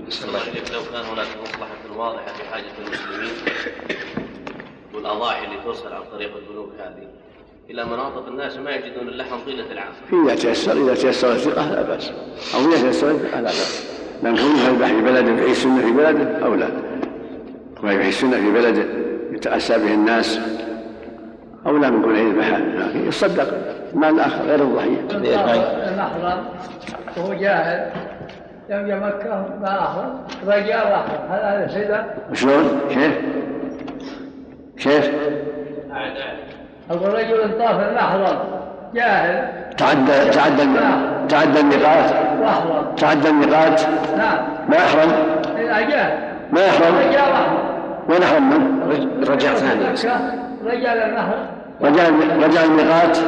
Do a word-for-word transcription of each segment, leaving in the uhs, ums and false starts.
بسم الله عليك. لو كان هناك مصلحة واضحة في حاجة المسلمين والأضاحي اللي توصل عن طريق البنوك هذه إلى مناطق الناس ما يجدون اللحم طيلة العام، إذا تيسر إذا تيسر الثقة لا بأس، أو إذا تيسر الثقة لا بأس، لأن كونه يذبح في بلده يحيي السنة في بلده أو لا، ويحيي السنة في بلده يتأسى به الناس أو لا من كونه يذبح، لكن يصدق مال الآخر غير الضحية. المحرم وهو جاهل يوم مكة ما أحرم رجال أحرم، هل هذا سيدا؟ وشلون؟ كيف؟ كيف؟ أقول رجل طاف المحرم جاهل تعدى تعدى تعدى الميقات تعدى الميقات نعم ما يحرم إذا جاهل ما يحرم رجال أحرم وين أحرم من؟ رجع ثاني رجال المحرم رجع رجع الميقات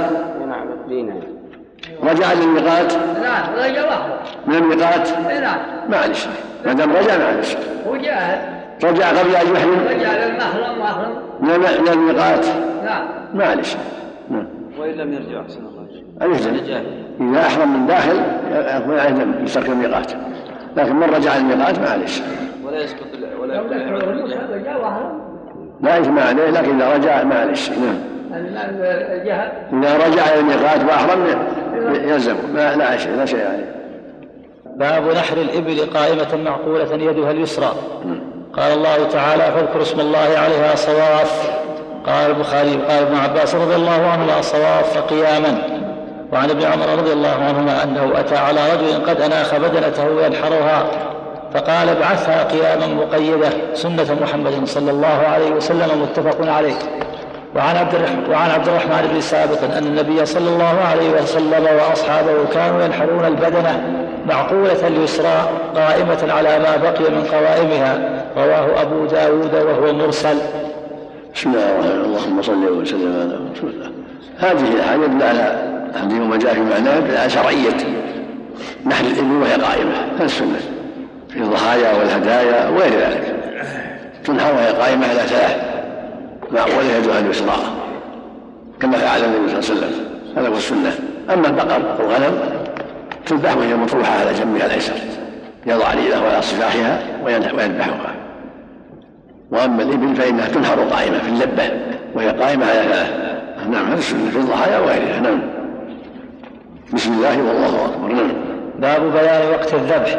رجع للميقات نعم رجال أحرم من الميقات نعم معلش ما دام رجع معلش هو جاهل رجع قبل أن يحرم رجع للمحرم وأحرم من الميقات نعم معلش وإن لم يرجع أحسن الله أيضا إذا أحرم من داخل يكون أيضا يترك الميقات، لكن من رجع الميقات معلش ولا يسقط ولا يقول رجع وأحرم لا يجمع عليه، لكن إذا رجع معلش نعم الجهل إذا رجع إلى الميقات وأحرم يلزم لا لا شيء لا شيء عليه. باب نحر الإبل قائمة معقولة يدها اليسرى. قال الله تعالى فاذكروا اسم الله عليها صواف. قال البخاري قال ابن عباس رضي الله عنهما صواف قياما. وعن ابن عمر رضي الله عنهما أنه أتى على رجل قد أناخ بدنته ينحرها فقال ابعثها قياما مقيدة سنة محمد صلى الله عليه وسلم متفق عليه. وعن عبد وعن عبد الرحمن بن ثابت أن النبي صلى الله عليه وسلم وأصحابه كانوا ينحرون البدنة معقولة اليسرى قائمة على ما بقي من قوائمها. رواه أبو داود وهو مرسل. بسم الله الرحمن الرحيم. اللهم صل وسلم على رسول الله. هذه الآية يدل على هذه ما جاء في معناه على شرعية نحر الإبل وهي قائمة، هذا السنة في الضحايا والهدايا وغير ذلك، تنحر وهي قائمة على ثلاث معقولة يدها اليسرى كما فعل النبي صلى الله عليه وسلم، هذا هو السنة. أما البقر والغنم تذبح وهي مطروحة على جنبها الأيسر، يضع رجله على صفاحها ويذبحها. وأما الإبل فإنها تنحر قائمة في اللبة وهي قائمة على ثلاث. نعم هذا السنة في الضحايا وغيرها. نعم. بسم الله والله أكبر. نعم. باب بيان وقت الذبح.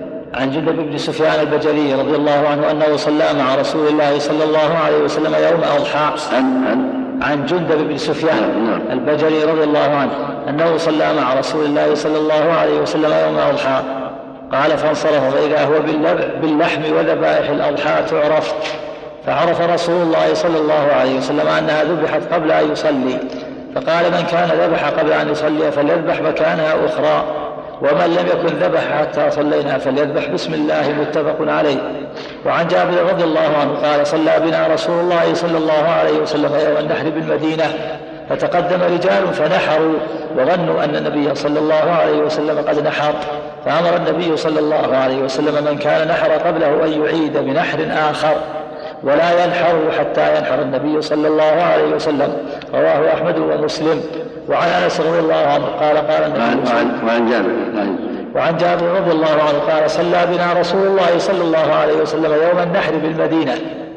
عن جندب بن سفيان البجلي رضي الله عنه أنه صلى مع رسول الله صلى الله عليه وسلم يوم أضحى. عن عن عن جندب بن سفيان البجلي رضي الله عنه أنه صلى مع رسول الله صلى الله عليه وسلم يوم أضحى. قال فانصرف فإذا هو باللحم وذبائح الأضحى تعرف. فعرف رسول الله صلى الله عليه وسلم أنها ذبحت قبل أن يصلي، فقال من كان ذبح قبل أن يصلي فليذبح مكانها أخرى، ومن لم يكن ذبح حتى صلينا فليذبح بسم الله متفق عليه. وعن جابر رضي الله عنه قال صلى بنا رسول الله صلى الله عليه وسلم يوم النحر بالمدينة فتقدم رجال فنحروا وظنوا أن النبي صلى الله عليه وسلم قد نحر، فأمر النبي صلى الله عليه وسلم من كان نحر قبله أن يعيد بنحر آخر ولا ينحر حتى ينحر النبي صلى الله عليه وسلم. رواه أحمد ومسلم. وعن أنس رضي الله عنه قال قال النبي وعن جابر وعن جابر رضي الله عنه قال صلى بنا رسول الله صلى الله عليه وسلم يوم النحر بالمدينة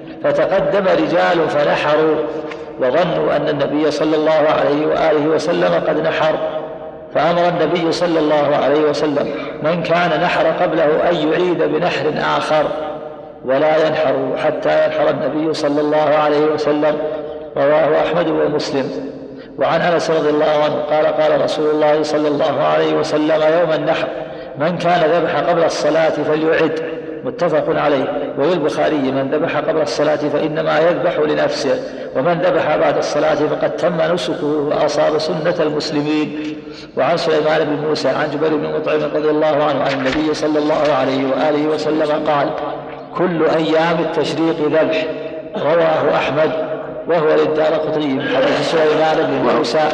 فتقدم رجال فنحروا وظنوا أن النبي صلى الله عليه وآله وسلم قد نحر، فأمر النبي صلى الله عليه وسلم من كان نحر قبله أن يعيد بنحر آخر ولا ينحر حتى ينحر النبي صلى الله عليه وسلم. رواه أحمد ومسلم. وعن أنس رضي الله عنه قال قال رسول الله صلى الله عليه وسلم يوم النحر من كان ذبح قبل الصلاة فليعد متفق عليه. وللبخاري من ذبح قبل الصلاة فإنما يذبح لنفسه، ومن ذبح بعد الصلاة فقد تم نسكه وأصاب سنة المسلمين. وعن سليمان بن موسى عن جبير بن مطعم رضي الله عنه عن النبي صلى الله عليه وآله وسلم قال كل أيام التشريق ذبح. رواه أحمد وهو للدارقطني من حديث سليمان بن موسى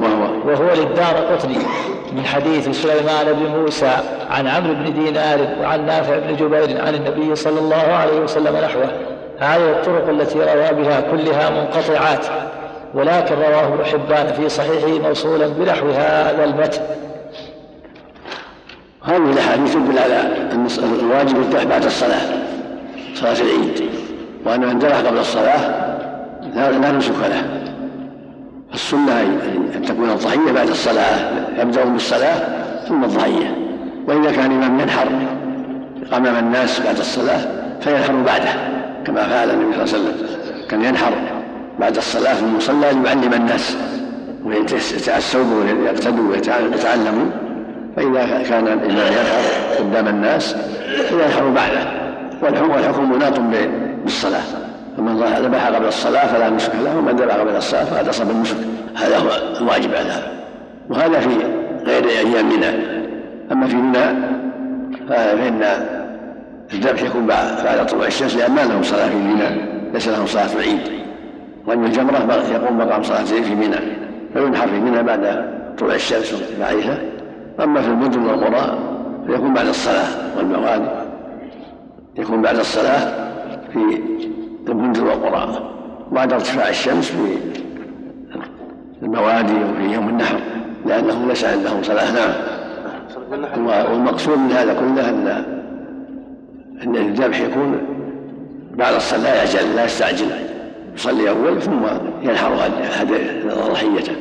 وهو للدارقطني من حديث سليمان بن موسى عن عمرو بن دينار وعن نافع بن جبير عن النبي صلى الله عليه وسلم نحوه. هذه الطرق التي روى بها كلها منقطعات، ولكن رواه ابن حبان في صحيحه موصولا بنحو هذا المتن. هذه الأحاديث تدل على أن الواجب الذبح بعد الصلاة، صلاة العيد، وأن من ذبح قبل الصلاة لا نسك له. السنة أن تكون الضحية بعد الصلاة، يبدأ بالصلاة ثم الضحية. وإذا كان الإمام ينحر أمام الناس بعد الصلاة فينحر بعده كما فعل النبي صلى الله عليه وسلم، كان ينحر بعد الصلاة في المصلى ليعلم الناس ويتأسوا ويقتدوا ويتعلموا. فإذا كان الإمام ينحر قدام الناس فينحر بعده، والحكم مناط بالصلاة. فمن ذبح قبل الصلاة فلا نسك له، ومن ذبح قبل الصلاة فقد أصاب النسك. هذا هو الواجب على، وهذا في غير أيام منى. أما في منى فإن الذبح يكون بعد طلوع الشمس، لأن ما لهم صلاة في منى، ليس لهم صلاة العيد. رمي الجمرة يقوم مقام صلاة العيد في منى، فينحر في منى بعد طلوع الشمس بعيدها. أما في المدن والقرى فيكون بعد الصلاة، والمواد يكون بعد الصلاة في المدن والقرى بعد ارتفاع الشمس في الموادي وفي يوم النحر، لأنهم ليس عندهم صلاة. نعم. والمقصود من هذا كله أن أن الذبح يكون بعد الصلاة، لا يعجل لا يستعجل، يصلي أول ثم ينحر ضحيته.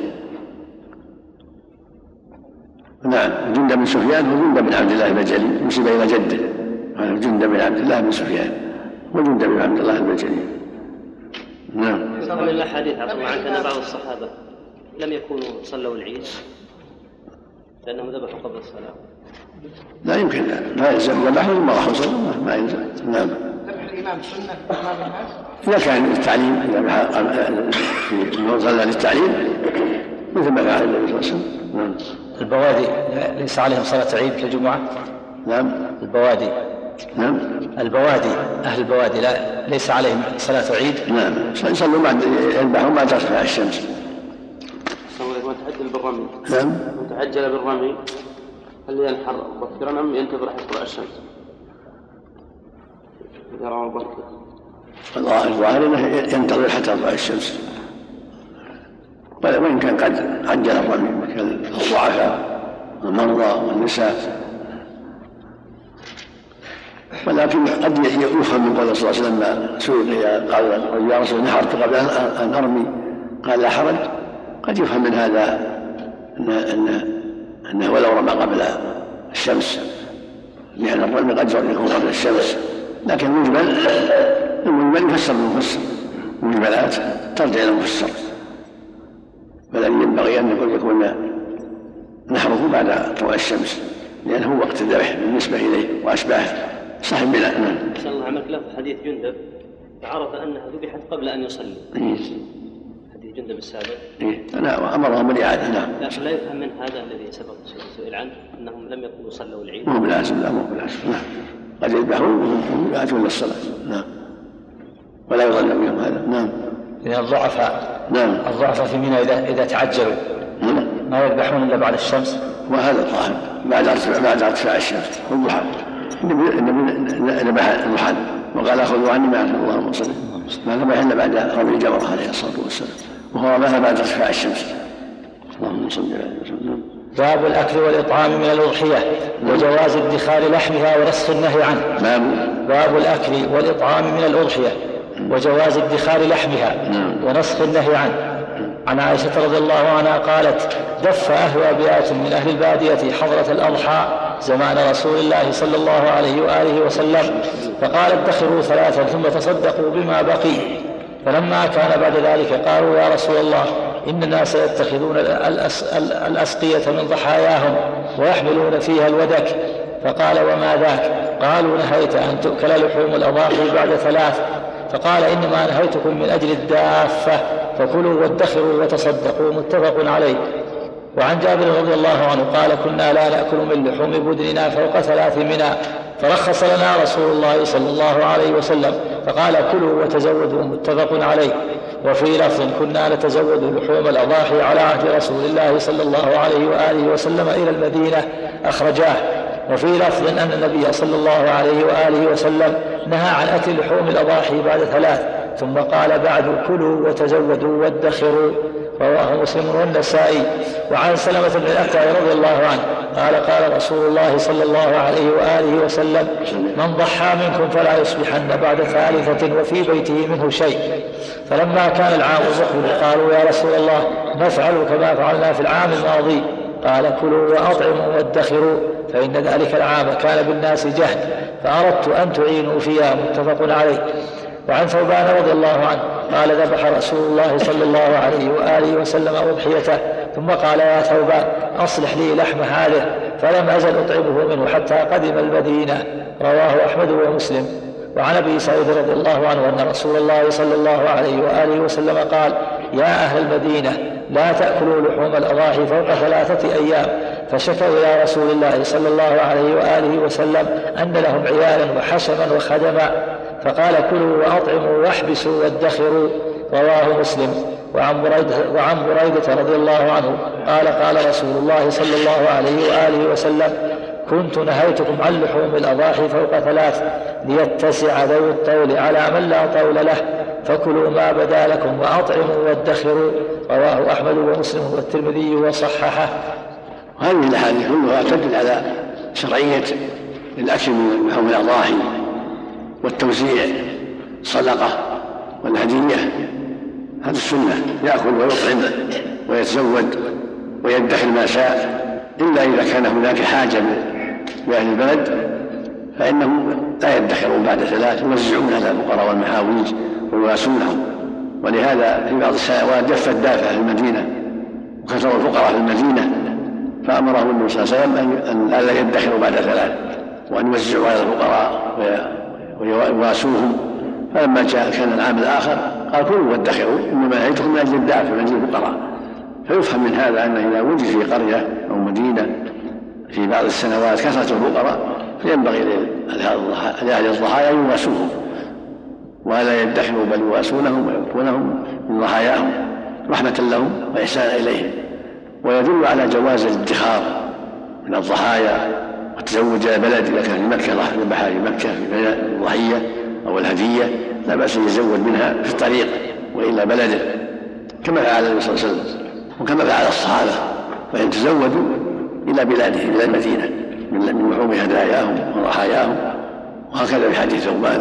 نعم. جندب بن سفيان هو جندب بن عبد الله البجلي، نسب إلى جده، هذا جندب بن عبد الله بن سفيان وجندب بن عبد الله البجلي. نعم. من الأحاديث عفوا عنك أن بعض الصحابة لم يكونوا صلوا العيد لأنهم ذبحوا قبل الصلاة. لا يمكن، لا يلزم ذبحوا ثم راحوا صلوا، ما يلزم. نعم. ذبح الإمام سنة أمام الناس؟ إذا كان للتعليم، إذا في صلى للتعليم مثل ما قال النبي صلى الله عليه وسلم. نعم. البوادي ليس عليهم صلاة عيد كالجمعة؟ نعم. البوادي. نعم. البوادي، أهل البوادي لا ليس عليهم صلاة عيد؟ نعم. يصلوا بعد يذبحوا ما ترتفع الشمس. من تعجل بالرمي. نعم. من تعجل بالرمي هل ينحر مبكرا أم ينتظر حتى تطلع الشمس؟ إذا رمى مبكر. الظاهر أنه ينتظر حتى تطلع الشمس، وإن كان قد عجل الرمي كالضعفاء والمرضى والنساء. ولكن قد يفهم من قول صلى الله عليه وسلم ما سئل قال يا رسول الله نحرت قبل أن أرمي قال لا حرج. قد يفهم من هذا أنه, أنه ولو رمى قبل الشمس، لأن الرمي قد يكون قبل الشمس، لكن المجمل المجمل يفسر بالمفسر، المجملات ترجع إلى المفسر. بل ينبغي أن يكون نحره بعد طلوع الشمس، لأنه وقت الذبح بالنسبة إليه وأشباهه. صاحب بلا. نعم. إن شاء الله عملك له حديث جندب فعرف أنها ذبحت قبل أن يصلي. إيه. حديث جندب السابق. إيه. أنا أمرهم بالإعادة. نعم. لكن لا يفهم من هذا الذي سبق سئل عنه أنهم لم يكونوا صلوا العيد. مو بلازم، لا مو بلازم. نعم. قد يذبحون وهم يأتون للصلاة. نعم. ولا يظن بهم هذا. نعم. إذا الضعفاء. نعم. الضعفاء في منى إذا إذا تعجلوا نعم. ما يذبحون إلا بعد الشمس. وهذا الظاهر بعد بعد ارتفاع الشمس والضحى. النبي ذبح الضحى وقال خذوا عني ما أعلم اللهم صل، ما ذبح إلا بعد رمي الجمرة عليه الصلاة والسلام، وهو رماها بعد ارتفاع الشمس. اللهم صل عليه وسلم. باب الأكل والإطعام من الأضحية وجواز ادخار لحمها ونسخ النهي عنه. باب باب الأكل والإطعام من الأضحية وجواز ادخار لحمها ونسخ النهي عنه. عن عائشة رضي الله عنها قالت دف أهل أبيات من أهل البادية حضرة الأضحى زمان رسول الله صلى الله عليه وآله وسلم، فقال ادخروا ثلاثا ثم تصدقوا بما بقي. فلما كان بعد ذلك قالوا يا رسول الله إن الناس يتخذون الأسقية من ضحاياهم ويحملون فيها الودك، فقال وما ذاك؟ قالوا نهيت أن تؤكل لحوم الأضاحي بعد ثلاث، فقال إنما نهيتكم من أجل الدافة، فكلوا وادخروا وتصدقوا. متفق عليه. وعن جابر رضي الله عنه قال كنا لا نأكل من لحوم بدننا فوق ثلاث منا، فرخص لنا رسول الله صلى الله عليه وسلم فقال كلوا وتزودوا. متفق عليه. وفي لفظ كنا نتزود لحوم الأضاحي على عهد رسول الله صلى الله عليه وآله وسلم إلى المدينة، أخرجاه. وفي لفظ أن النبي صلى الله عليه وآله وسلم نهى عن أكل لحوم الأضاحي بعد ثلاث، ثم قال بعد كلوا وتزودوا وادخروا. رواه مسلم والنسائي. وعن سلمة بن الأكوع رضي الله عنه قال قال رسول الله صلى الله عليه وآله وسلم من ضحى منكم فلا يصبحن بعد ثالثة وفي بيته منه شيء. فلما كان العام المقبل قالوا يا رسول الله نفعل كما فعلنا في العام الماضي. قال كلوا وأطعموا وادخروا فإن ذلك العام كان بالناس جهد فأردت أن تعينوا فيها. متفق عليه. وعن ثوبان رضي الله عنه قال ذبح رسول الله صلى الله عليه وآله وسلم أضحيته ثم قال يا ثوبان أصلح لي لحم هذه فلم أزل أطعمه منه حتى قدم المدينة. رواه أحمد ومسلم. وعن أبي سعيد رضي الله عنه أن رسول الله صلى الله عليه وآله وسلم قال يا أهل المدينة لا تأكلوا لحوم الأضاحي فوق ثلاثة أيام. فشكوا إلى رسول الله صلى الله عليه وآله وسلم أن لهم عيالا وحشما وخدما فقال كلوا وأطعموا واحبسوا وادخروا. رواه مسلم. وعن بريدة, وعن بريدة رضي الله عنه قال قال رسول الله صلى الله عليه وآله وسلم كنت نهيتكم عن لحوم الأضاحي فوق ثلاث ليتسع ذوي الطول على من لا طول له فكلوا ما بدا لكم وأطعموا وادخروا. رواه أحمد ومسلم والترمذي وصححه. هذه الأحاديث كلها تدل على شرعية الأكل من لحوم الأضاحي والتوزيع الصدقة والهدية. هذه السنة يأكل ويطعم ويتزود ويدخر ما شاء إلا إذا كان هناك حاجة بأهل البلد فإنهم لا يدخرون بعد ثلاث يوزعون على الفقراء والمحاويج ويواسونهم. ولهذا في بعض السنوات جفت دافع في المدينة وكثروا الفقراء في المدينة فأمرهم النبي صلى الله عليه وسلم أن لا يدخروا بعد ثلاث وأن يوزعوا على الفقراء ويواسوهم. فلما جاء كان العام الآخر قال كلوا وادخروا إنما نهيتكم من أجل الدافع من أجل الفقراء. فيفهم من هذا أنه إذا وجد في قرية أو مدينة في بعض السنوات كثرة الفقراء فينبغي لأهل الضحايا أن يواسوهم ولا يدخروا بل يواسونهم ويكونهم من ضحاياهم رحمة لهم وإحسانا إليهم. ويدل على جواز الادخار من الضحايا والتزوج إلى بلد إذا كان في مكة ذبحها في مكة في الضحية أو الهدية لا بأس أن يزود منها في الطريق وإلى بلده كما فعل النبي صلى الله عليه وسلم وكما فعل الصحابة فإن تزودوا إلى بلادهم إلى المدينة من لحوم هداياهم وضحاياهم. وهكذا في حديث ثوبان.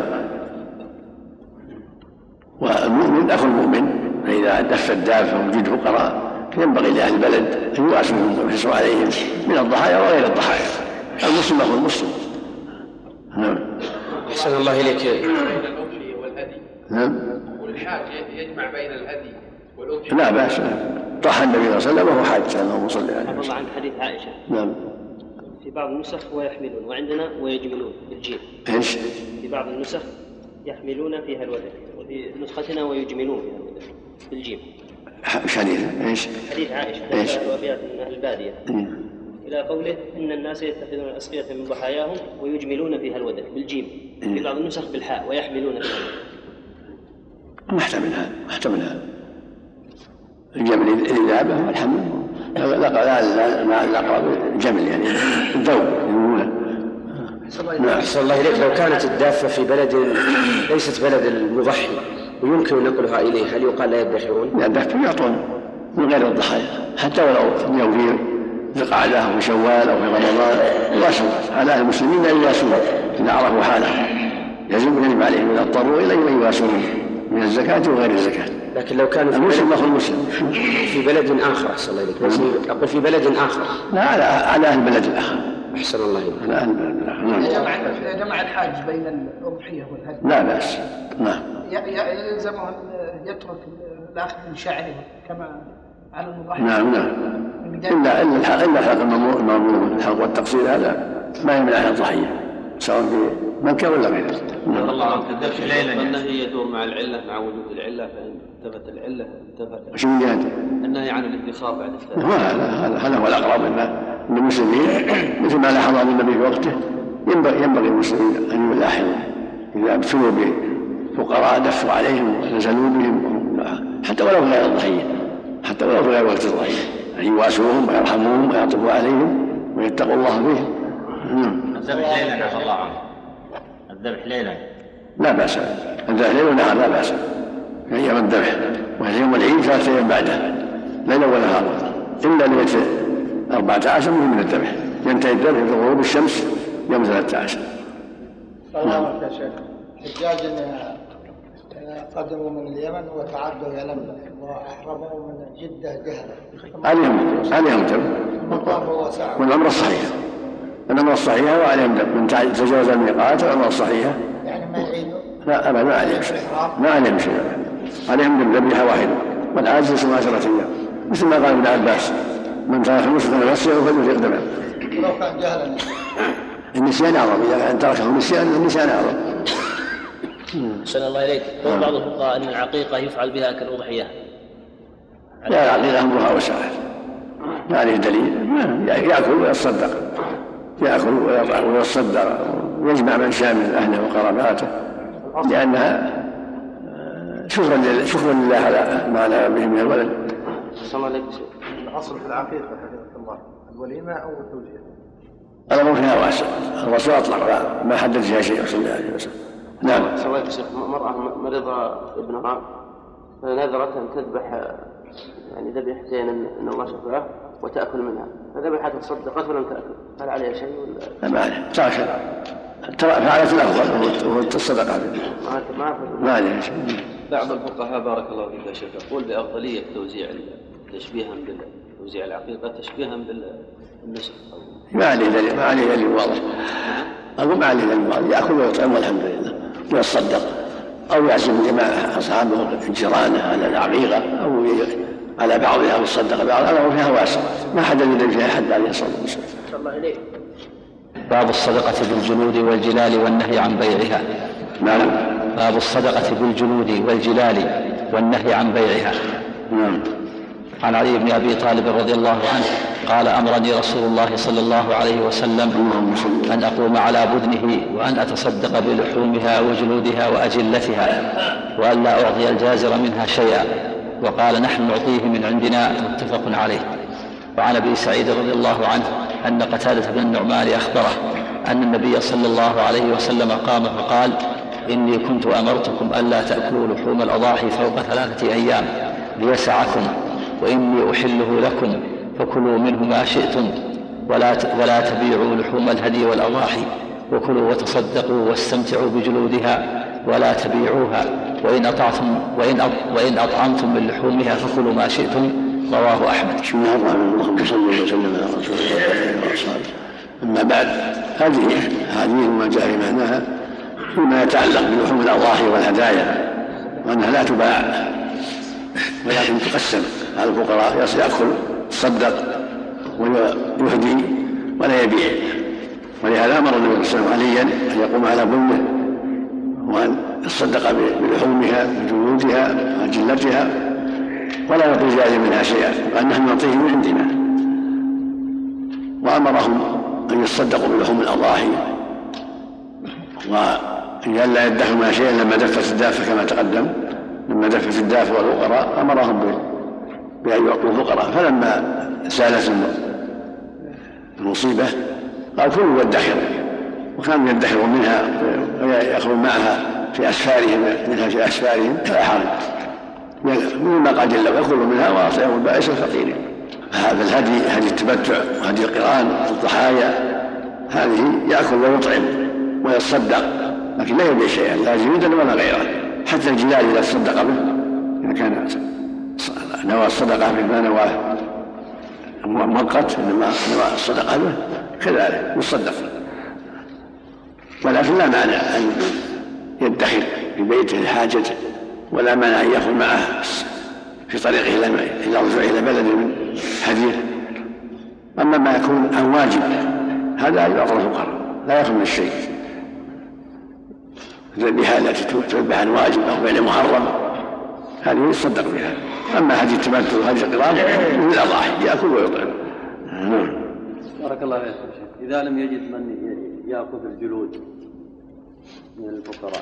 والمؤمن أخو المؤمن فإذا دف الدافع ووجد فقراء ينبغي لأهل البلد أن يواسوهم ويحرصوا عليهم من الضحايا وغير الضحايا. المسلم أخو المسلم. نعم. أحسن الله إليك. الأضحية والهدي. نعم. والحاج يجمع بين الهدي والأضحية. لا بأس. ضحى النبي صلى الله عليه وسلم وهو حاج اللهم صل عليه وسلم. الله عن حديث عائشة. نعم. في بعض النسخ ويحملون وعندنا ويجملون بالجيم. ايش؟ في بعض النسخ يحملون فيها الودك وفي نسختنا ويجملون فيها الودك بالجيم. مش حديث ايش؟ حديث عائشة ايش؟ وابيات من أهل البادية. إلى قوله إن الناس يتخذون الأسقية من ضحاياهم ويجملون فيها الودك بالجيم. في بعض النسخ بالحاء ويحملون فيها. ما احتملها ما احتملها الجمل الإذابة والحمل لا الأقرب الجمل يعني الذوب يقولونه. أحسن الله إليك. لو كانت الدافة في بلد ليست بلد المضحي ويمكن نقلها إليه هل يقال لا يدخرون؟ لا الدافة يعطون من غير الضحايا حتى ولو يوم في ذي القعدة أو في شوال أو في رمضان يواسون على المسلمين أن يواسون إذا عرفوا حالهم يجب يجب عليهم إذا اضطروا إليه أن يواسون من الزكاة وغير الزكاة. لكن لو كانوا المسلم أخو المسلم في بلد آخر أحسن الله إليك. أقول في بلد آخر. لا على على أهل البلد الآخر. أحسن الله إليك. على أهل البلد الآخر. إذا جمع الحاج بين الأضحية والهدي لا بأس. نعم. يلزمه أن يترك الأخذ من شعره كما على المضحي. نعم نعم. إلا إلا الحق إلا الحق المأمور الحق والتقصير هذا ما يمنع عن الضحية سواء في مكة ولا غيره. نعم. الله عنك الدرس ليلة النهي يدور مع العلة مع وجود العلة فإن انتفت العلة انتفت. وش من جهة؟ النهي عن الادخار بعد الثلاث. هذا هذا هو الأقرب إن المسلمين مثل ما لاحظ النبي في وقته ينبغي ينبغي المسلمين أن يلاحظوا إذا ابتلوا بفقراء دفوا عليهم ونزلوا بهم حتى ولو في غير الضحية حتى ولو في غير وقت الضحية أن يواسوهم ويرحموهم ويعطفوا عليهم ويتقوا الله بهم. الذبح ليلا عفى الله عنه. الذبح ليلا لا بأس. الذبح ليلا ونهار لا بأس. أيام الذبح وهي يوم العيد ثلاثة أيام بعده ليلا ونهارا إلا ليلة أربعة عشر من الذبح، ينتهي الذبح بغروب الشمس يوم ثلاثة عشر. نعم. يا شيخ حجاج قدموا من اليمن وتعدوا إلى لندن وأحرموا من جدة جهلا عليهم عليهم دم والأمر الصحيح الأمر الصحيحة وعليهم دم من تجاوز الميقات والأمر الصحيحة يعني ما يعيدوا؟ لا أبدا ما عليهم شيء ما عليهم شيء عليهم دم ذبيحة واحدة والعاجز يصوم عشرة أيام مثل ما قال ابن عباس من ترك مسلما نفسه فليفرق دمه ولو كان جهلا النسيان أعظم إذا كان تركه النسيان النسيان أعظم. أحسن الله إليك. يقول بعض الفقهاء أن العقيقة يفعل بها كالأضحية. لا العقيقة أمرها وسع ما عليه دليل يأكل ويتصدق يأكل ويتصدق ويجمع من شامل أهله وقراباته لأنها شكرا لله شكرا لله على ما نال به من الولد. أحسن الله إليك. الأصل في العقيقة حفظك الله الوليمة أو التوزيع؟ الأمر فيها واسع الرسول أطلق ما حدد فيها شيء صلى الله عليه وسلم. نعم. أحسن الله إليك شيخ. مرأة مرض ابنها فنذرت أن تذبح يعني ذبيحتين إن الله شفاه وتأكل منها فذبحت تصدقت ولم تأكل هل عليها شيء ولا؟ ما عليه ترك فعلت الأفضل وهو الصدقة ما عليها شيء. بعض الفقهاء بارك الله فيك يا شيخ يقول بأفضلية توزيع تشبيها بتوزيع العقيقة تشبيها بالنسك. ما عليه دليل ما عليه دليل واضح أقول ما عليه دليل واضح يأكل ويطعم والحمد لله ويتصدق أو يعزم جماعة أصحابه جيرانه على العقيقة أو على بعضها ويتصدق بعضها الأمر فيها واسع ما حد يدري فيها حد عليه الصلاة والسلام. الله إليك. باب الصدقة بالجلود والجلال والنهي عن بيعها. نعم. باب الصدقة بالجلود والجلال والنهي عن بيعها. نعم. عن علي بن أبي طالب رضي الله عنه قال أمرني رسول الله صلى الله عليه وسلم أن أقوم على بدنه وأن أتصدق بلحومها وجلودها وأجلتها وأن لا أعطي الجازر منها شيئا وقال نحن نعطيه من عندنا متفق عليه. وعن أبي سعيد رضي الله عنه أن قتادة بن النعمان أخبره أن النبي صلى الله عليه وسلم قام فقال إني كنت أمرتكم ألا تأكلوا لحوم الأضاحي فوق ثلاثة أيام ليسعكم وإني أحله لكم فكلوا منه ما شئتم ولا ولا تبيعوا لحوم الهدي والأضاحي وكلوا وتصدقوا واستمتعوا بجلودها ولا تبيعوها وإن أطعتم وإن وإن أطعمتم من لحومها فكلوا ما شئتم. رواه أحمد. بسم الله الرحمن الرحيم صلى الله عليه وسلم على رسول الله وأصحابه. أما بعد هذه هذه ما جاء في معناها فيما يتعلق بلحوم الأضاحي والهدايا وأنها لا تباع ولكن تقسم على الفقراء يأكل يصدق ويهدي ولا يبيع ولهذا أمر النبي صلى الله عليه وسلم عليا أن يقوم على بنه وأن يصدق بلحومها وجلودها وجلتها ولا يعطي زاد منها شيئا وأن نحن نعطيه من عندنا. وأمرهم أن يصدقوا بلحوم الأضاحي وأن لا يدخروا منها شيئا لما دفت الدافة كما تقدم لما دفت الدافة والفقراء أمرهم بأن يعطوا الفقراء فلما زالت المصيبة قال كلوا وادخروا وكانوا يدخرون منها ويأخذون معها في أسفارهم منها في أسفارهم فلا حرج مما قد جل ويأكلوا منها وأعطيهم البائس الفقير. هذا الهدي هدي التمتع وهدي القران الضحايا هذه يأكل ويطعم ويتصدق لكن لا يبيع شيئا لا جلودا ولا غيره حتى الجلال إذا تصدق به إذا كان نوى الصدقة بما نواه مؤقت إنما نوى الصدقة به كذلك يصدق ولكن لا مانع أن يدخر في بيته لحاجته ولا مانع أن يأخذ معه في طريقه إلى رجوعه إلى بلد من هديه. أما ما يكون عن واجب هذا يعطى الفقراء لا يأخذ من الشيء الذبيحة التي تذبح عن واجب أو فعل محرم هذه يصدق بها. أما هذه التمتع وهذه القران من الأضاحي يأكل ويطعم. بارك الله فيك. إذا لم يجد من يأخذ الجلود من الفقراء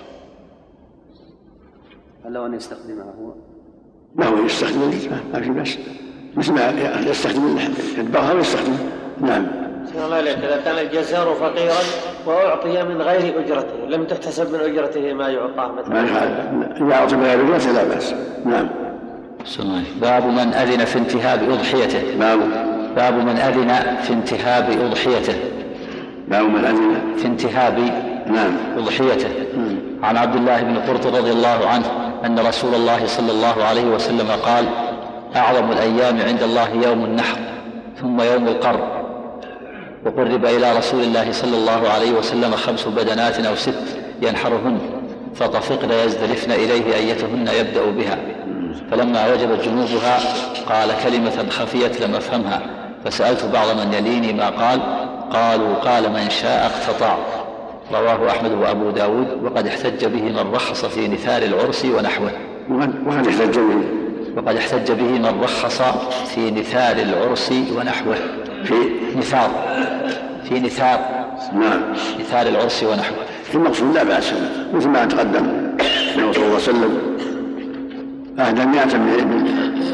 هل له أن يستخدمها هو؟ ما هو يستخدم ما في بس مثل ما يستخدم اللحم يذبحها ويستخدم. نعم. بسم الله عليك. إذا كان الجزار فقيرا وأعطي من غير أجرته لم تحتسب من أجرته ما يعطاه مثلا ما إذا أعطي من غير أجرته لا بأس. نعم. باب من أذن في انتهاب أضحيته. باب باب من أذن في انتهاب أضحيته. باب من أذن في انتهاب نعم أضحيته. عن عبد الله بن قرط رضي الله عنه أن رسول الله صلى الله عليه وسلم قال: أعظم الأيام عند الله يوم النحر ثم يوم القر. وقرب إلى رسول الله صلى الله عليه وسلم خمس بدنات أو ست ينحرهن، فطفقن يزدلفن إليه أيتهن يبدأ بها، فلما وجبت جنوبها قال كلمة خفيت لم أفهمها، فسألت بعض من يليني ما قال، قالوا قال من شاء اقتطع. رواه أحمد وأبو داود. وقد احتج به من رخص في نثار العرس ونحوه. وقد احتج به وقد احتج به من رخص في نثار العرس ونحوه. في نثار في نثار نعم نثار العرس ونحوه. المقصود لا بأس، مثل ما تقدم أنه صلى الله عليه وسلم أهدى مئة من الإبل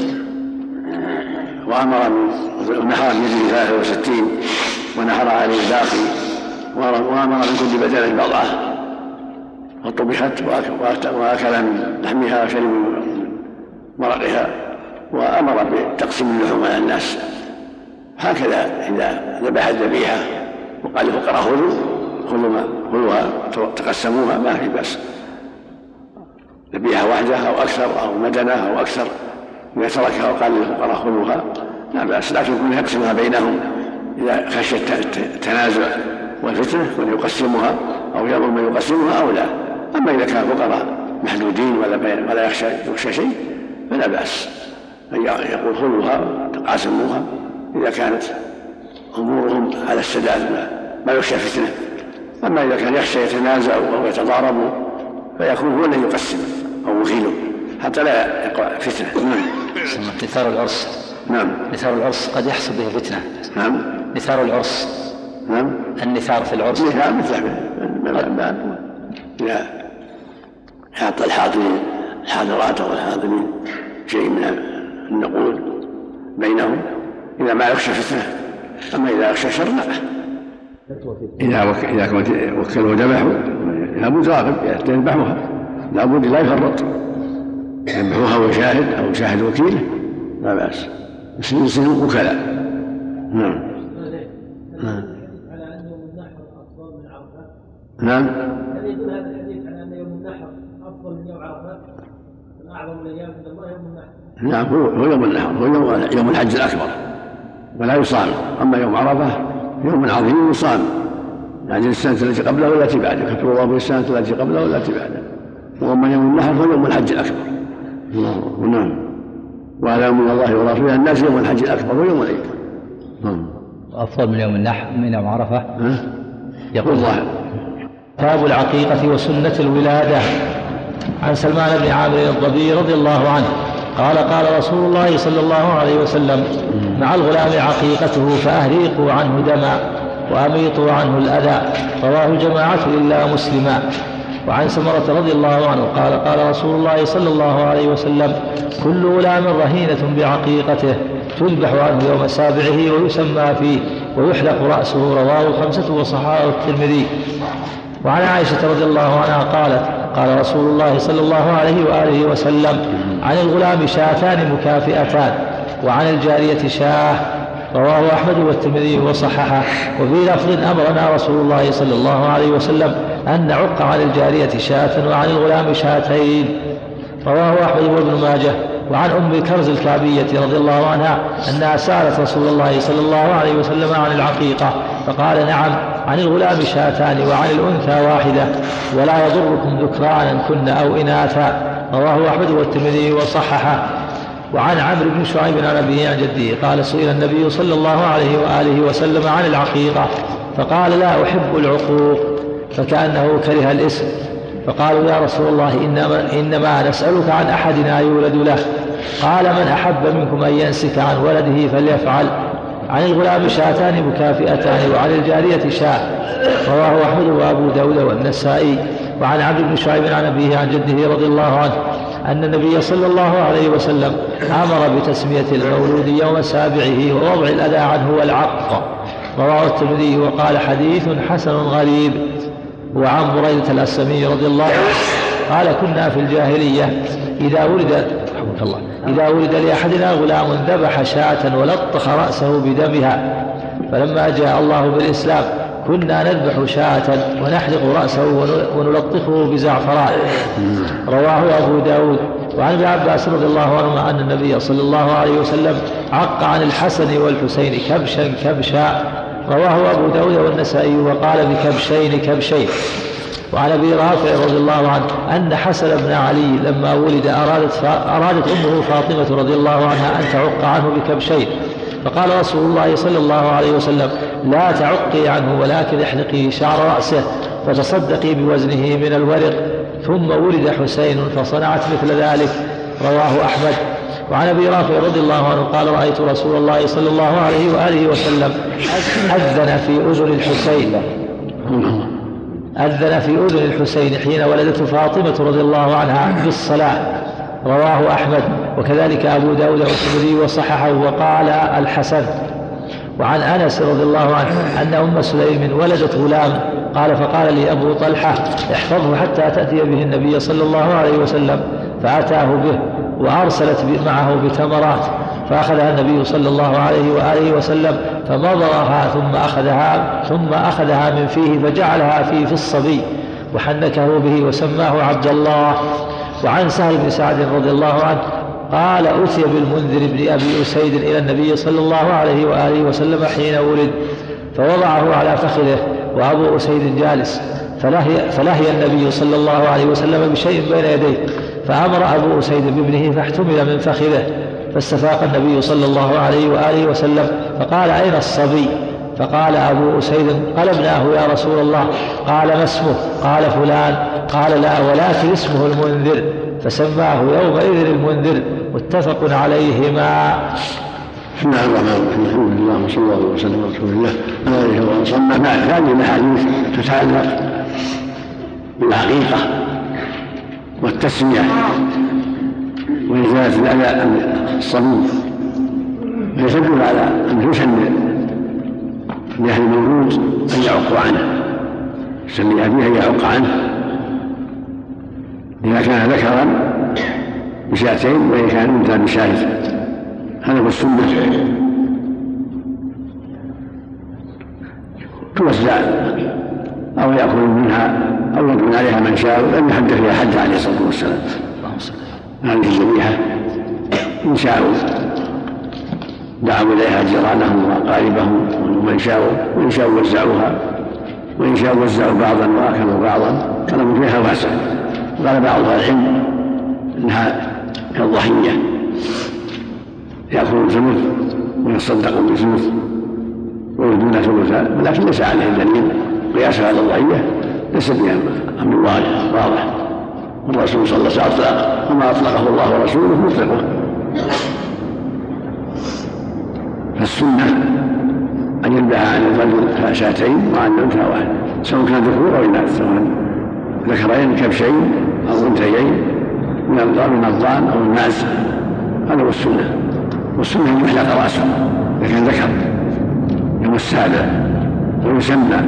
وأمر ونحر من يده ثلاثة وستين ونحر عليه الباقي وأمر من كل بدنة بضعة وطبخت وأكل من لحمها وشرب من مرقها، وأمر بتقسيم اللحوم على الناس. هكذا إذا ذبح الذبيحة وقال للفقراء خذوا خذوها تقسموها ما في بأس. ذبيحة واحدة أو أكثر أو مدنة أو أكثر إذا تركها وقال للفقراء خذوها لا بأس، لكن يكون يقسمها بينهم إذا خشي التنازع والفتنة وليقسمها أو يأمر من يقسمها أو لا. أما إذا كان فقراء محدودين ولا ولا يخشى يخشى شيء فلا بأس أن يقول خذوها تقاسموها إذا كانت أمورهم على السداد ما يخشى فتنة. أما إذا كان يخشى يتنازع أو يتضاربوا فيكون هو الذي يقسم أو وكيله حتى لا يقع فتنة. نعم. نثار العرس. نعم. نثار العرس قد يحصل به فتنة. نعم. نثار العرس. نعم. النثار في العرس. نثار مثله إذا حاط الحاضرين الحاضرات أو الحاضرين شيء من النقود بينهم إذا ما يخشى فتنة. أما إذا يخشى شر لا. إذا وك... إذا وكلوا ذبحوا لابد راغب يذبحوها، لابد لا يفرط، يذبحوها وشاهد أو شاهد وكيله لا بأس، بس يصيروا وكلاء. نعم. نعم. هل يدل هذا الحديث على أن يوم النحر أفضل من يوم عرفات؟ أعظم الأيام عند الله يوم النحر. نعم هو يوم النحر، هو يوم, يوم الحج الأكبر ولا يصام. أما يوم عرفة يوم عظيم يصام، يعني السنة التي قبله والتي بعده، كفر الله بالسنة التي قبله والتي بعده. وأما يوم النحر هو يوم الحج الأكبر. نعم. وعلى من الله ورسوله الناس يوم الحج الأكبر ويوم العيد. أفضل من يوم النحر من يوم عرفة. يقول الله. باب العقيقة وسنة الولادة. عن سلمان بن عامر الضبي رضي الله عنه قال قال رسول الله صلى الله عليه وسلم: مع الغلام عقيقته فأهريقوا عنه دما وأميطوا عنه الأذى. رواه الجماعة إلا مسلما. وعن سمرة رضي الله عنه قال قال رسول الله صلى الله عليه وسلم: كل غلام رهينة بعقيقته تذبح عنه يوم سابعه ويسمى فيه ويحلق رأسه. رواه الخمسة وصححه الترمذي. وعن عائشة رضي الله عنها قالت قال رسول الله صلى الله عليه وآله وسلم: عن الغلام شاتان مكافئتان وعن الجارية شاه. رواه أحمد والترمذي وصححه. وفي لفظ: أمرنا رسول الله صلى الله عليه وسلم أن نعق عن الجارية شاة وعن الغلام شاتين. رواه أحمد وابن ماجه. وعن أم كرز الكعبية رضي الله عنها أنها سألت رسول الله صلى الله عليه وسلم عن العقيقة فقال: نعم، عن الغلام شاتان وعن الأنثى واحدة ولا يضركم ذكرانا كن أو إناثا. رواه أحمد والترمذي وصححه. وعن عمرو بن شعيب عن أبيه عن جده قال: سئل النبي صلى الله عليه وآله وسلم عن العقيقة فقال: لا أحب العقوق، فكأنه كره الاسم. فقالوا: يا رسول الله إنما, إنما نسألك عن أحدنا يولد له. قال: من أحب منكم أن ينسك عن ولده فليفعل. عن الغلام شاتان مكافئتان وعن الجارية شاة. رواه أحمد وأبو داود والنسائي. وعن عبد بن شعيب عن أبيه عن جده رضي الله عنه أن النبي صلى الله عليه وسلم أمر بتسمية المولود يوم سابعه ووضع الأذى عنه والعق. رواه الترمذي وقال: حديث حسن غريب. وعن بريدة الأسلمي رضي الله عنه قال: كنا في الجاهلية إذا ولد رحمك الله إذا ولد لأحدنا غلام ذبح شاة ولطخ رأسه بدمها، فلما جاء الله بالإسلام كنا نذبح شاة ونحلق رأسه ونلطخه بزعفران. رواه أبو داود. وعن ابن عباس رضي الله عنهما أن النبي صلى الله عليه وسلم عق عن الحسن والحسين كبشا كبشا. رواه أبو داود والنسائي وقال بكبشين كبشين. وعن أبي رافع رضي الله عنه أن حسن بن علي لما ولد أرادت, أرادت أمه فاطمة رضي الله عنها أن تعق عنه بكبشين، فقال رسول الله صلى الله عليه وسلم لا تعقي عنه ولكن احلقي شعر رأسه فتصدقي بوزنه من الورق. ثم ولد حسين فصنعت مثل ذلك. رواه أحمد. وعن أبي رافع رضي الله عنه قال رأيت رسول الله صلى الله عليه وآله وسلم أذن في أذن الحسين أذن في أذن الحسين حين ولدته فاطمة رضي الله عنها بالصلاة. رواه أحمد وكذلك أبو داود والترمذي وصححه وقال الحسن. وعن أنس رضي الله عنه أن أم سليم ولدت غلام، قال فقال لي أبو طلحة احفظه حتى تأتي به النبي صلى الله عليه وسلم، فأتاه به وأرسلت معه بتمرات، فأخذها النبي صلى الله عليه وآله وسلم فمضغها ثم أخذها ثم أخذها من فيه فجعلها فيه في الصبي وحنكه به وسماه عبد الله. وعن سهل بن سعد رضي الله عنه قال أتي بالمنذر بن أبي أسيد إلى النبي صلى الله عليه وآله وسلم حين ولد، فوضعه على فخذه وأبو أسيد جالس، فلهي, فلهي النبي صلى الله عليه وسلم بشيء بين يديه، فأمر أبو أسيد بابنه فاحتمل من فخذه، فاستفاق النبي صلى الله عليه وآله وسلم فقال أين الصبي؟ فقال أبو أسيد قلبناه يا رسول الله. قال ما اسمه؟ قال فلان. قال لا ولكن اسمه المنذر، فسماه يومئذ المنذر. متفق عليهما. بسم الله الرحمن الرحيم. الحمد لله وصلى الله وسلم على رسول الله وآله وصحبه. بعد هذه الأحاديث تتعلق بالعقيقة والتسمية وإزالة الأذى عن الصبي، ويدل على أن يسمى لأهل المولود أن يعق عنه، يسمي أبيه أن يعق عنه إذا كان ذكرا بشاتين وإذا كان أنثى بشاة. هذا هو السنة. توزع أو يأكل منها أو يكون عليها من شاء، لم يحد فيها حد عليه الصلاة والسلام. هذه الذبيحة إن شاءوا دعوا إليها جيرانهم وأقاربهم ومن شاءوا، وإن شاءوا وزعوها، وإن شاءوا وزعوا بعضا وأكلوا بعضا، كانوا فيها واسع. قال بعض أهل العلم إنها كالضحية، يأكلون ثلث ويصدقون بثلث ويردون ثلثا، ولكن ليس عليه دليل قياسها على الضحية، ليس بها أمر واضح. والرسول صلى الله عليه وسلم أطلق، وما أطلقه الله ورسوله مطلقه. فالسنة أن يذبح عن الرجل شاتين وعن الأنثى واحد، سواء كان ذكور أو إناث، سواء ذكرين كبشين أو أنثيين من الضان أو الماعز. هذا هو السنة. والسنة أن يحلق رأسه إذا كان ذكر يوم السابع ويسمى.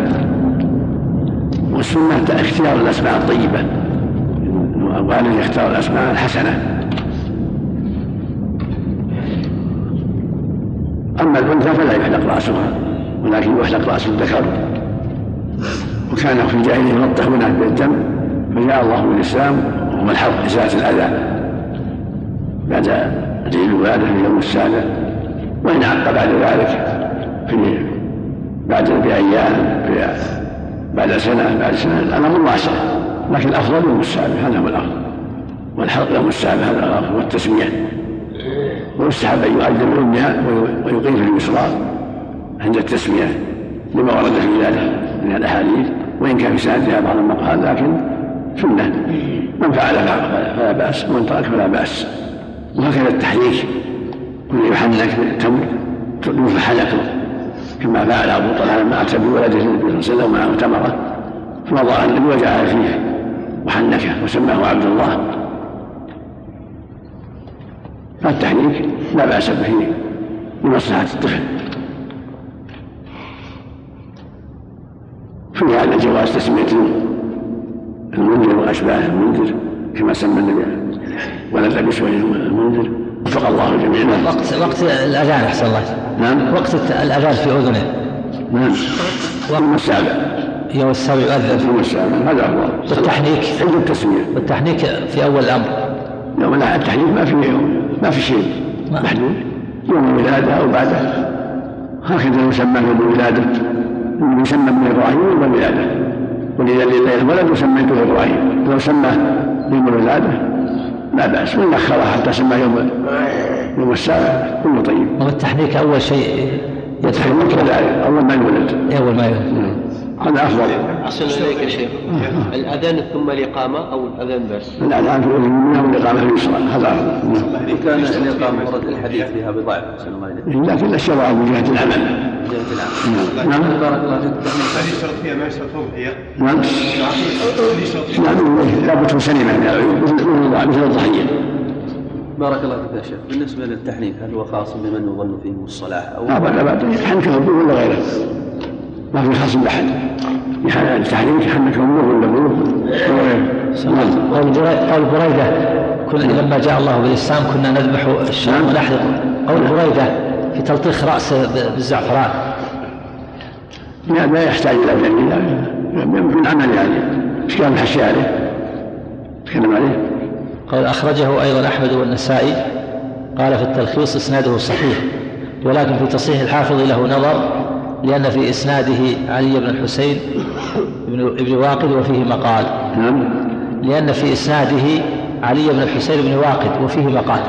والسنة اختيار الأسماء الطيبة، والذي يختار الأسماء الحسنة. أما الأنثى فلا يحلق رأسها، ولكن يحلق رأس الذكر. وكان في الجاهلية يلطخون بالدم، فجاء الله بالإسلام وهو الحلق إزالة الأذى بعد الولادة في يوم السابع، وإن عق بعد ذلك في بعد بأيام بعد سنة بعد سنة الأمر الله سهل، لكن الأفضل يوم السابع، هذا هو الأفضل. والحلق يوم السابع هذا الأفضل، والتسمية. ويستحب أن يؤذن بأمها ويقيم في اليسرى عند التسمية لما ورد في ذلك من الأحاديث، وإن كان في سندها بعض المقال، لكن سنة. من فعل فلا بأس، ومن ترك فلا بأس. وهكذا التحريك، كل يحنك بالتمر يوفى حلقه، كما فعل أبو طلحة لما أتى بولده النبي صلى الله عليه وسلم ومعه تمرة، فوضع النبي وجعل فيه وحنكه وسماه عبد الله. فالتحريك لا بأس به لمصلحة الطفل. في هذا جواز تسمية المنذر وأشباه المنذر، كما سمى النبي ولد بشوي المنذر، وفق الله جميعا. وقت وقت الأذان أحسن الله. نعم. وقت الأذان في أذنه. نعم. يوم السابع. يوم السابع يؤذن. يوم السابع هذا أفضل. والتحنيك. عند التسمية. والتحنيك في أول الأمر. يوم لا التحنيك ما في يوم ما في شيء محدود، يوم الولادة أو بعده، هكذا يسمى يوم الولادة، يسمى ابن إبراهيم يوم الولادة، ولذا الولد يسمى ابن إبراهيم، لو سمى يوم الولادة لا بأس، وإن أخرها حتى سمى يوم يوم السابع كله طيب. والتحنيك أول شيء يتحنك كذلك أول ما يولد. أول ما يولد. هذا أفضل. أحسن إليك يا شيخ. الأذان ثم الإقامة أو الأذان بس؟ الأذان في اليمنى والإقامة في اليسرى هذا أفضل. وكان الإقامة ورد الحديث فيها بضعف أحسن الله إليك. لكن الشرع من جهة العمل. من جهة العمل. نعم. بارك الله فيك. هل يشترط فيها ما يشترط فيها؟ نعم. نعم. لا بد سليمة من العلوم مثل الضحية. بارك الله فيك يا شيخ. بالنسبة للتحنيك هل هو خاص بمن يظن فيهم الصلاح أو؟ لا لا لا يتحنك أبوه ولا غيره، ما في خاص بأحد. التحنيك يتحنك أبوه ولا غيره. قول بريدة كنا لما جاء الله بالإسلام كنا نذبح الشام ونحرق. قول بريدة في تلطيخ رأسه بالزعفران. لا لا يحتاج إلى دليل، يمكن عمل يعني مش كان الحشي عليه تكلم عليه. قال أخرجه أيضا أحمد والنسائي، قال في التلخيص إسناده صحيح، ولكن في تصحيح الحافظ له نظر، لأن في إسناده علي بن الحسين بن واقد وفيه مقال. لأن في إسناده علي بن الحسين بن واقد وفيه مقال.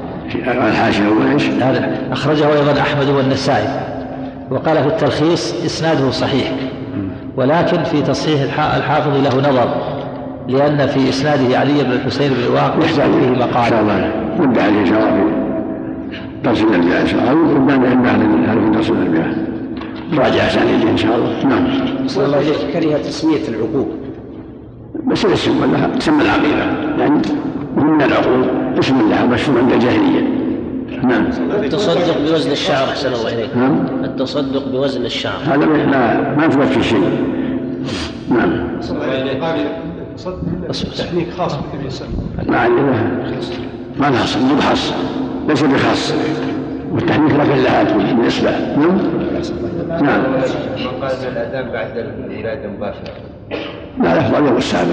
أخرجه أيضا أحمد والنسائي، وقال في التلخيص إسناده صحيح، ولكن في تصحيح الحافظ له نظر، لأن في إسناده علي بن الحسين بن واقد وفيه مقال. نبدأ عليه إن شاء الله في درس الأنبياء إن شاء الله، ونبدأ عليه في درس الأنبياء راجع أسانيده إن شاء الله. نعم. صلى الله عليه وسلم كره تسمية العقوق. بس الاسم ولا تسمى العقيدة، يعني من العقوق اسم لها مشهور عند الجاهلية. نعم. التصدق بوزن الشعر أحسن الله إليك. نعم. التصدق بوزن الشعر هذا ما ما توفي شيء. نعم. التحنيك خاص بالنبي صلى الله عليه وسلم. ما لها خاص، مو خاص، ليس بخاص. والتحنيك لكن لها بالنسبة. نعم. نعم. قال الأذان بعد الولادة مباشرة. لا يفضل يوم السابع،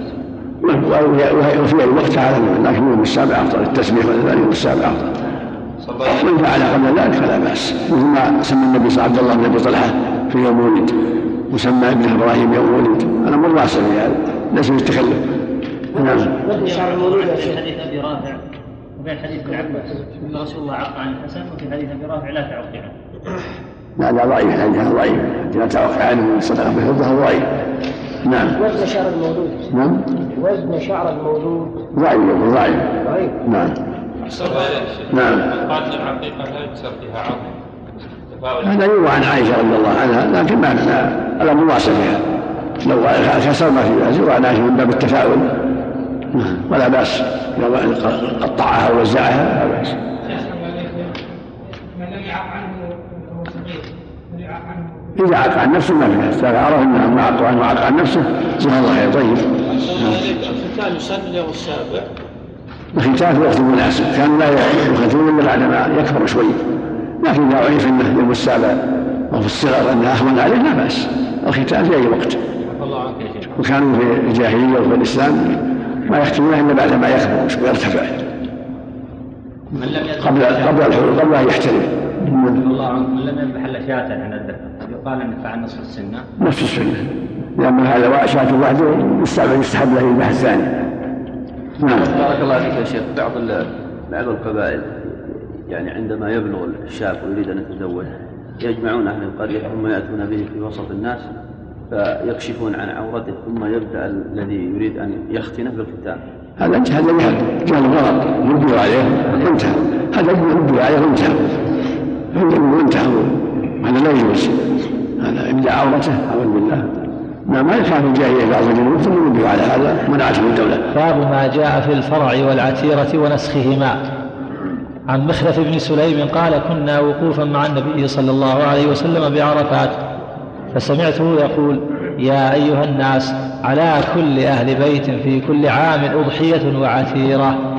وفي الوقت على لكن يوم السابع أفضل، التسمية والأذان يوم السابع أفضل. وإن فعل قبل ذلك فلا بأس، مثل ما سمى النبي عبد الله بن أبي طلحة في يوم ولد، وسمى ابن إبراهيم يوم ولد، أنا مر راسه في هذا، ليس بالتكلف. نعم. شعر المولود في حديث أبي رافع وبين حديث ابن عباس أن رسول الله عق عن الحسن، وفي حديث أبي رافع لا تعق عنه. لا لا ضعيف، هذا ضعيف، لا تعق عنه صدقة بالفضة ضعيف. نعم. وزن شعر المولود. نعم. وزن شعر المولود ضعيف ضعيف. ضعيف. نعم. نعم. قال العقيقة لا يكسر فيها عظم. هذا يروى عن عائشة رضي الله عنها، لكن ما على مواصل فيها، لو كسر ما في بأس، يروى عن عائشة من باب التفاؤل ولا بأس، لو قطعها ووزعها لا بأس. من لم يعق عنه فهو صغير، من يعق عنه إذا عق عن نفسه ما في بأس، عرف أنه ما عق عنه وعق عن نفسه جزاه الله خير. طيب. الختان يسن يوم السابع. الختان في وقت مناسب، كانوا لا يختنون إلا بعد ما يكبر شوي، لكن إذا عرف أنه يوم السابع أو في الصغر أنه أهون عليه لا بأس، الختان في أي وقت. وكانوا في الجاهلية وفي الإسلام ما يختنون إلا بعد ما يكبر ويرتفع، قبل قبل الحلول قبل أن يحترم. الله عنك من لم يذبح الا شاة عن الذكر يقال ان فعل نصف السنه. نصف السنه، لأن هذا شاة وحده يستحب يستحب له الذبح الثاني. نعم. بارك الله فيك يا شيخ. بعض بعض القبائل يعني عندما يبلغ الشاب ويريد ان يتزوج يجمعون اهل القريه ثم ياتون به في وسط الناس فيكشفون عن عورته، ثم يبدا الذي يريد ان يختنه بالختان. هذا هذا جهل جهل غلط، يبدو عليه وانتهى، هذا يبدو عليه وانتهى، وانتهى، هذا لا يجوز، هذا ابداع عورته اعوذ بالله. ما ما كان الجاهليه بعض الجنود ثم يبدو على هذا منعته الدوله. باب ما جاء في الفرع والعتيره ونسخهما. عن مخلف بن سليم قال كنا وقوفا مع النبي صلى الله عليه وسلم بعرفات، فسمعته يقول يا أيها الناس على كل أهل بيت في كل عام أضحية وعتيرة،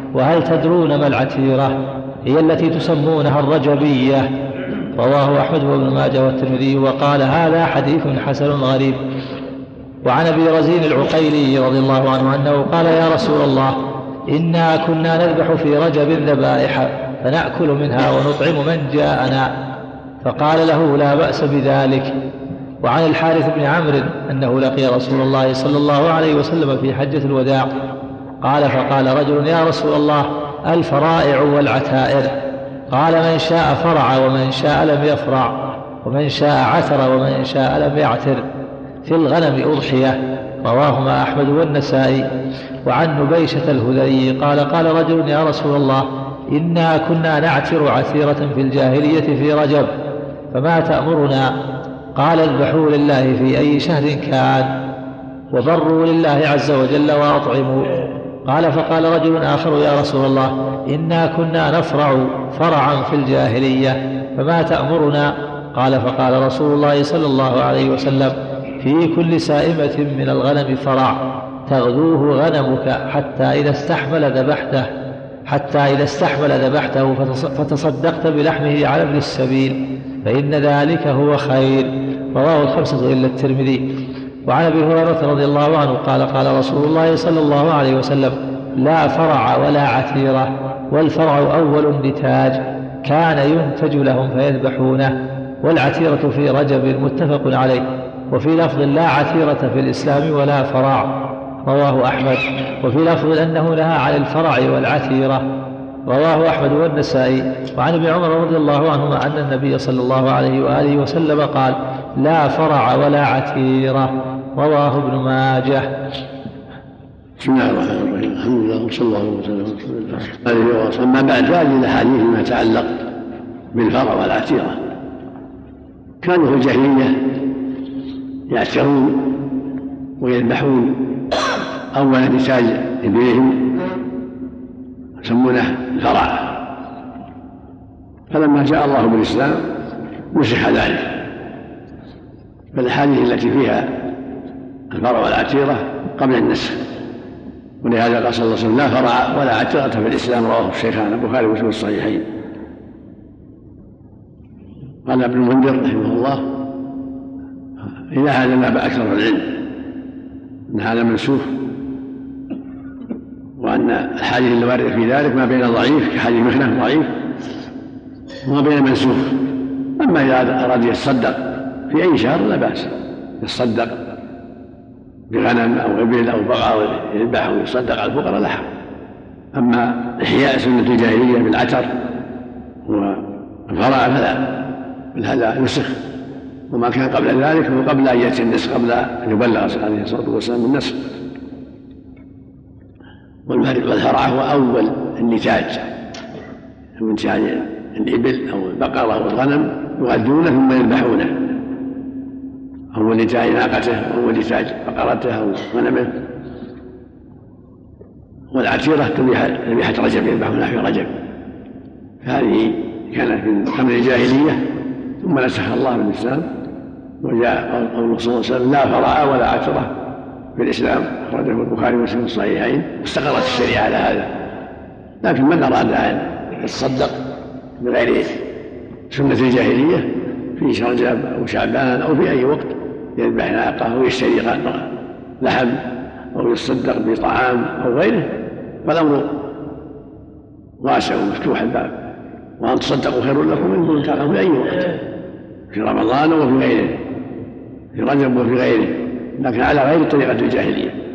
وهل تدرون ما العتيرة؟ هي التي تسمونها الرجبية. رواه أحمد وابن ماجه والترمذي وقال هذا حديث حسن غريب. وعن أبي رزين العقيلي رضي الله عنه أنه قال يا رسول الله إنا كنا نذبح في رجب ذبائح فنأكل منها ونطعم من جاءنا، فقال له لا بأس بذلك. وعن الحارث بن عمرو أنه لقي رسول الله صلى الله عليه وسلم في حجة الوداع قال فقال رجل يا رسول الله الفرائع والعتائر؟ قال من شاء فرع ومن شاء لم يفرع ومن شاء عثر ومن شاء لم يعتر، في الغنم أضحية. رواهما أحمد والنسائي. وعن نبيشة الهذلي قال قال رجل يا رسول الله إنا كنا نعتر عثيرة في الجاهلية في رجب فما تأمرنا؟ قال اذبحوا لله في أي شهر كان وبروا لله عز وجل وأطعموا. قال فقال رجل آخر يا رسول الله إنا كنا نفرع فرعا في الجاهلية فما تأمرنا؟ قال فقال رسول الله صلى الله عليه وسلم في كل سائمة من الغنم فرع تغذوه غنمك حتى إذا استحمل ذبحته حتى إذا استحمل ذبحته فتصدقت بلحمه على ابن السبيل فإن ذلك هو خير. رواه الخمسة إلا الترمذي. وعن أبي هريرة رضي الله عنه قال قال رسول الله صلى الله عليه وسلم لا فرع ولا عتيرة، والفرع أول النتاج كان ينتج لهم فيذبحونه، والعتيرة في رجب متفق عليه. وفي لفظ لا عتيرة في الإسلام ولا فرع. رواه أحمد. وفي لفظ أنه نهى عن الفرع والعتيرة. رواه أحمد والنسائي. وعن ابن عمر رضي الله عنهما أن النبي صلى الله عليه وآله وسلم قال لا فرع ولا عتيرة. رواه ابن ماجه. بسم الله الرحمن الرحيم. الحمد لله وصلى الله وسلم على رسول الله. أما بعد هذه الأحاديث فيما يتعلق بالفرع والعتيرة. كانوا في الجاهلية يعترون ويذبحون أول نتاج إبلهم يسمونه الفرع، فلما جاء الله بالإسلام مسح ذلك، فالأحاديث التي فيها الفرع والعتيرة قبل النسخ، ولهذا قال صلى الله عليه وسلم لا فرع ولا عتيرة في الإسلام. رواه الشيخان البخاري ومسلم الصحيحين. قال ابن المنذر رحمه الله إلى هذا ذهب أكثر العلم أن هذا منسوخ، وأن الحديث اللي وارد في ذلك ما بين ضعيف كحديث مخنف ضعيف وما بين منسوخ. أما إذا أراد يتصدق في أي شهر لا بأس، يتصدق بغنم أو إبل أو بقرة يذبح ويصدق على الفقراء لا حرج. أما إحياء سنة الجاهلية بالعتر والفرع فلا، بل هذا نسخ، وما كان قبل ذلك هو قبل أن يأتي النسخ، قبل أن يبلغ عليه الصلاة والسلام النسخ. والفرع هو أول النتاج من نتاج الإبل أو البقرة أو الغنم، يغذونه ثم يذبحونه، أول نتاج ناقته أو نتاج بقرته أو غنمه. والعتيرة ذبيحة رجب، يذبحونها في رجب. هذه كانت من أمر الجاهلية ثم نسخ الله بالإسلام، وجاء قول صلى الله عليه وسلم لا فرع ولا عترة في الإسلام، أخرجه البخاري ومسلم الصحيحين. واستقرت الشريعة على هذا، لكن من أراد أن يتصدق بغير سنة الجاهلية في شهر رجب أو شعبان أو في أي وقت يذبح ناقة أو يشتري لحم أو يتصدق بطعام أو غيره، فالأمر واسع ومفتوح الباب، وأن تصدقوا خير لكم إن كنتم تعلمون في أي وقت، في رمضان وفي غيره، في رجب وفي غيره، لكن على غير طريقة الجاهلية.